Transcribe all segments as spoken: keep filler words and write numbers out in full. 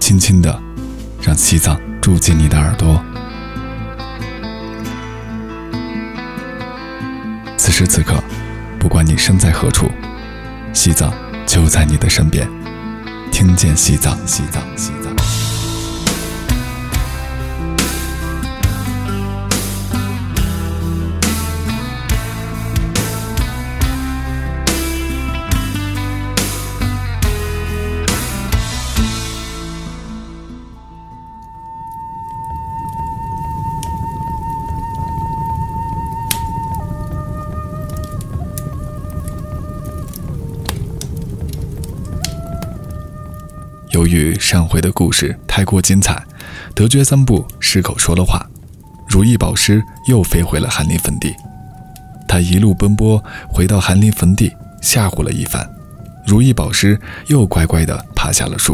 轻轻地让西藏住进你的耳朵。此时此刻，不管你身在何处，西藏就在你的身边。听见西藏，西藏，西藏。由于上回的故事太过精彩，德觉三部失口说了话，如意宝师又飞回了寒林坟地。他一路奔波回到寒林坟地，吓唬了一番，如意宝师又乖乖地爬下了树。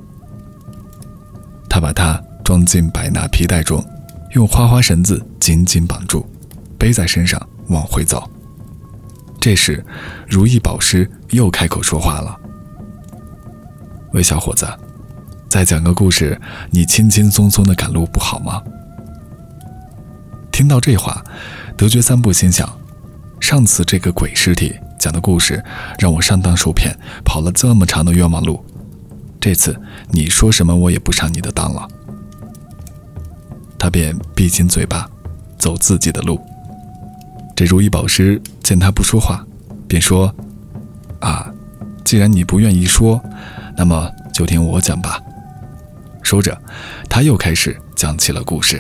他把它装进百纳皮带中，用花花绳子紧紧绑住，背在身上往回走。这时如意宝师又开口说话了：喂，小伙子，再讲个故事，你轻轻松松的赶路不好吗？听到这话，德觉三部心想，上次这个鬼尸体讲的故事让我上当受骗，跑了这么长的冤枉路，这次你说什么我也不上你的当了。他便闭紧嘴巴，走自己的路。这如意宝师见他不说话，便说：啊，既然你不愿意说，那么就听我讲吧。说着，他又开始讲起了故事。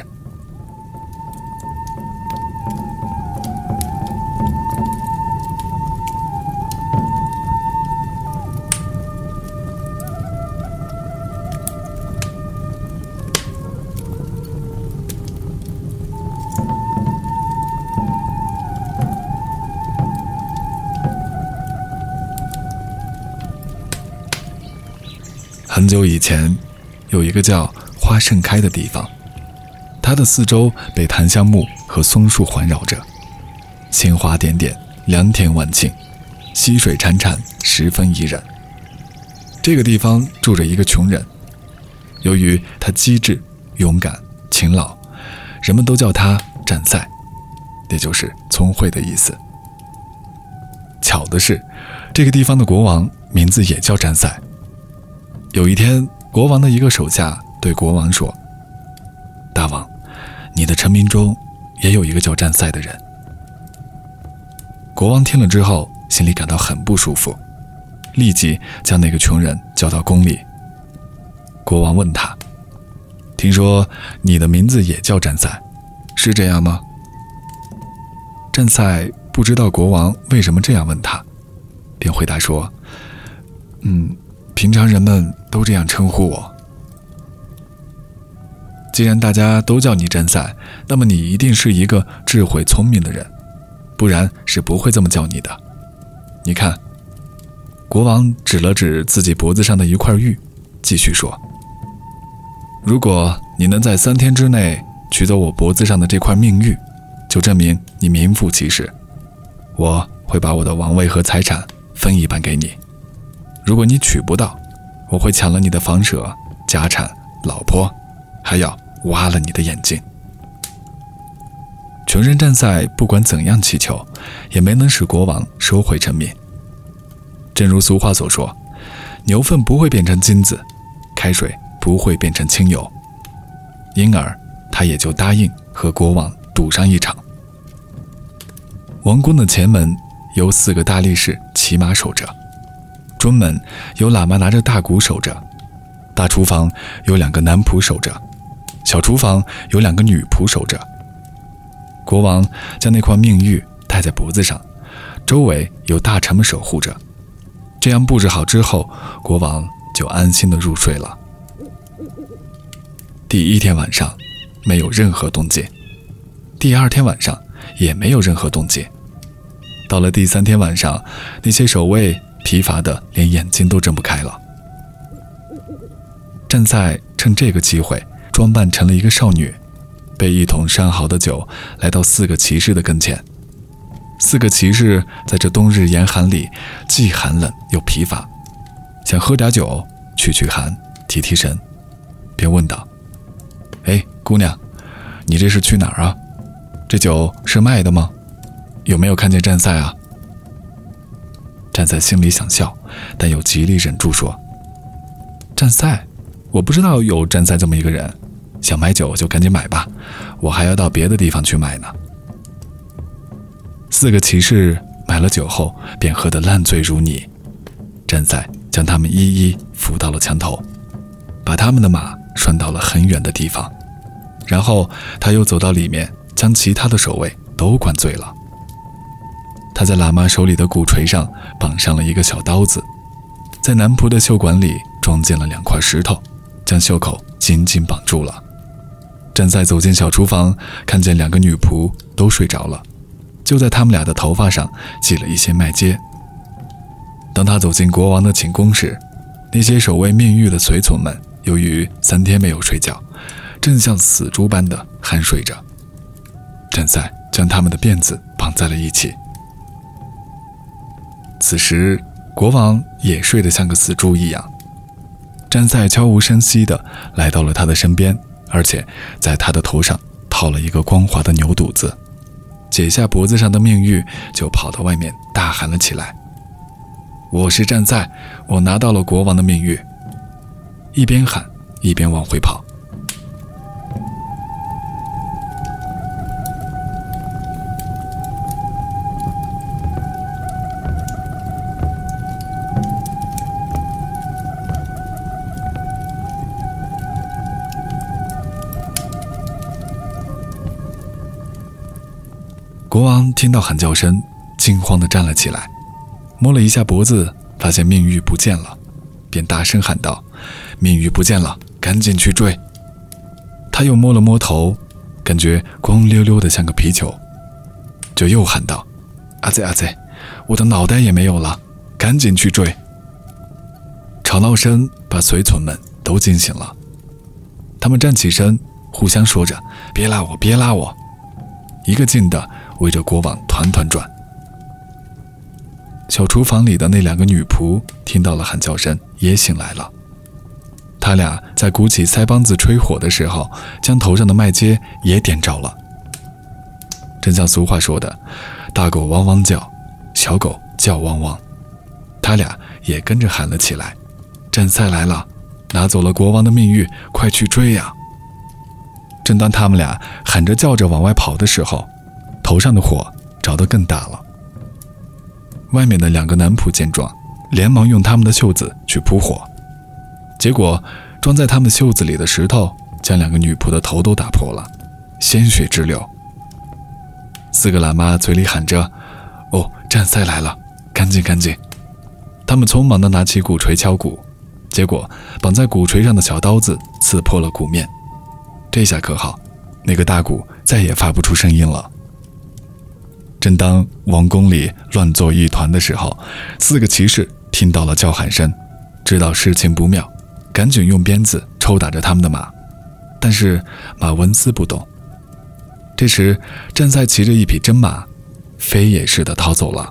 很久以前，有一个叫花盛开的地方，它的四周被檀香木和松树环绕着，鲜花点点，良田万顷，溪水潺潺，十分宜人。这个地方住着一个穷人，由于他机智、勇敢、勤劳，人们都叫他占赛，也就是聪慧的意思。巧的是，这个地方的国王名字也叫占赛。有一天，国王的一个手下对国王说：大王，你的臣民中也有一个叫占赛的人。国王听了之后，心里感到很不舒服，立即将那个穷人叫到宫里。国王问他：听说你的名字也叫占赛，是这样吗？占赛不知道国王为什么这样问他，便回答说：嗯平常人们都这样称呼我。既然大家都叫你占赛，那么你一定是一个智慧聪明的人，不然是不会这么叫你的。你看，国王指了指自己脖子上的一块玉，继续说：如果你能在三天之内取走我脖子上的这块命玉，就证明你名副其实，我会把我的王位和财产分一半给你。如果你取不到，我会抢了你的房舍、家产、老婆，还要挖了你的眼睛。穷人占赛不管怎样祈求，也没能使国王收回臣民。正如俗话所说，牛粪不会变成金子，开水不会变成清油，因而他也就答应和国王赌上一场。王宫的前门由四个大力士骑马守着，中门有喇嘛拿着大鼓守着，大厨房有两个男仆守着，小厨房有两个女仆守着。国王将那块命玉戴在脖子上，周围有大臣们守护着。这样布置好之后，国王就安心地入睡了。第一天晚上没有任何动静，第二天晚上也没有任何动静。到了第三天晚上，那些守卫疲乏的连眼睛都睁不开了。占赛趁这个机会装扮成了一个少女，备一桶上好的酒来到四个骑士的跟前。四个骑士在这冬日严寒里既寒冷又疲乏，想喝点酒去去寒提提神， 便问道：哎，姑娘，你这是去哪儿啊？这酒是卖的吗？有没有看见战赛啊？战赛心里想笑，但又极力忍住说：战赛？我不知道有战赛这么一个人，想买酒就赶紧买吧，我还要到别的地方去买呢。四个骑士买了酒后便喝得烂醉如泥，战赛将他们一一扶到了墙头，把他们的马拴到了很远的地方，然后他又走到里面，将其他的守卫都灌醉了。他在喇嘛手里的鼓槌上绑上了一个小刀子，在男仆的袖管里装进了两块石头，将袖口紧紧绑住了。战赛走进小厨房，看见两个女仆都睡着了，就在他们俩的头发上系了一些麦秸。当他走进国王的寝宫时，那些守卫命狱的随从们由于三天没有睡觉，正像死猪般的酣睡着。战赛将他们的辫子绑在了一起。此时国王也睡得像个死猪一样。战赛悄无声息地来到了他的身边，而且在他的头上套了一个光滑的牛肚子，解下脖子上的命玉，就跑到外面大喊了起来：我是战赛，我拿到了国王的命玉。一边喊一边往回跑。国王听到喊叫声，惊慌地站了起来，摸了一下脖子，发现命玉不见了，便大声喊道：命玉不见了，赶紧去追。他又摸了摸头，感觉光溜溜的像个皮球，就又喊道：阿贼阿贼，我的脑袋也没有了，赶紧去追。吵闹声把随从们都惊醒了，他们站起身，互相说着：别拉我，别拉我。一个劲的围着国王团团转。小厨房里的那两个女仆听到了喊叫声，也醒来了。他俩在鼓起腮帮子吹火的时候，将头上的麦秸也点着了。正像俗话说的，大狗汪汪叫，小狗叫汪汪。他俩也跟着喊了起来：战赛来了，拿走了国王的命玉，快去追呀！正当他们俩喊着叫着往外跑的时候，头上的火着得更大了。外面的两个男仆见状，连忙用他们的袖子去扑火，结果装在他们袖子里的石头将两个女仆的头都打破了，鲜血直流。四个喇嘛嘴里喊着：哦，战赛来了，赶紧赶紧。他们匆忙地拿起鼓槌敲鼓，结果绑在鼓槌上的小刀子刺破了鼓面。这下可好，那个大鼓再也发不出声音了。正当王宫里乱作一团的时候，四个骑士听到了叫喊声，知道事情不妙，赶紧用鞭子抽打着他们的马，但是马纹丝不动。这时战赛骑着一匹真马，飞也似的逃走了。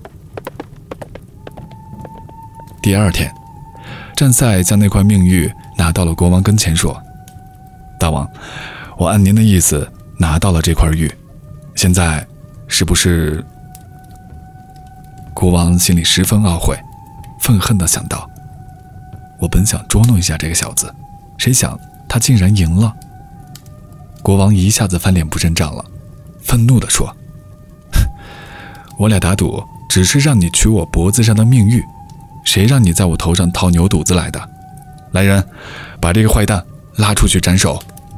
第二天，战赛将那块命玉拿到了国王跟前，说：大王，我按您的意思拿到了这块玉，现在是不是……国王心里十分懊悔，愤恨地想到：我本想捉弄一下这个小子，谁想他竟然赢了。国王一下子翻脸不认账了，愤怒地说：我俩打赌只是让你取我脖子上的命玉，谁让你在我头上套牛肚子来的？来人，把这个坏蛋拉出去斩首。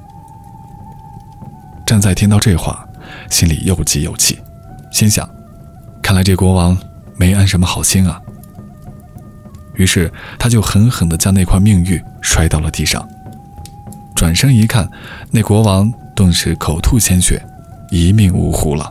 战赛听到这话，心里又急又气，心想：看来这国王没安什么好心啊。于是他就狠狠地将那块命玉摔到了地上。转身一看，那国王顿时口吐鲜血，一命呜呼了。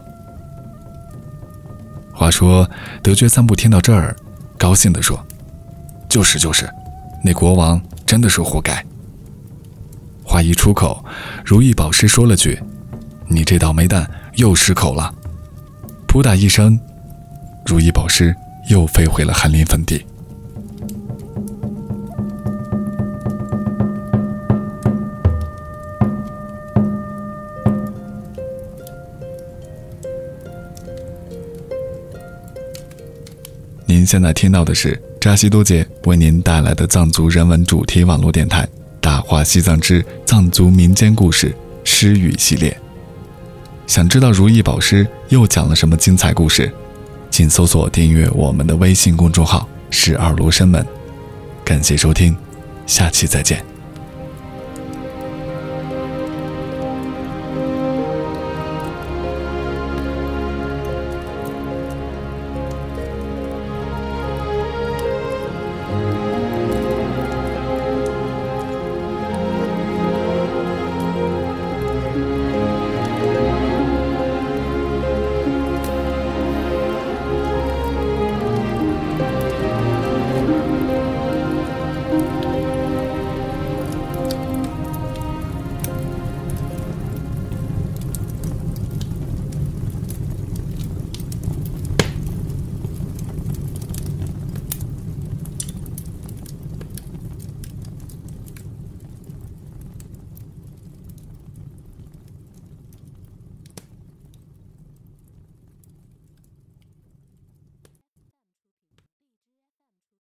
话说德觉三部听到这儿，高兴地说：就是就是，那国王真的是活该。话一出口，如意宝师说了句：你这倒霉蛋又失口了。扑打一声，如意宝师又飞回了翰林坟地。 现在听到的是扎西多杰为您带来的藏族人文主题网络电台《大话西藏之藏族民间故事诗语系列》。想知道如意宝师又讲了什么精彩故事，请搜索订阅我们的微信公众号十二罗生门。感谢收听，下期再见。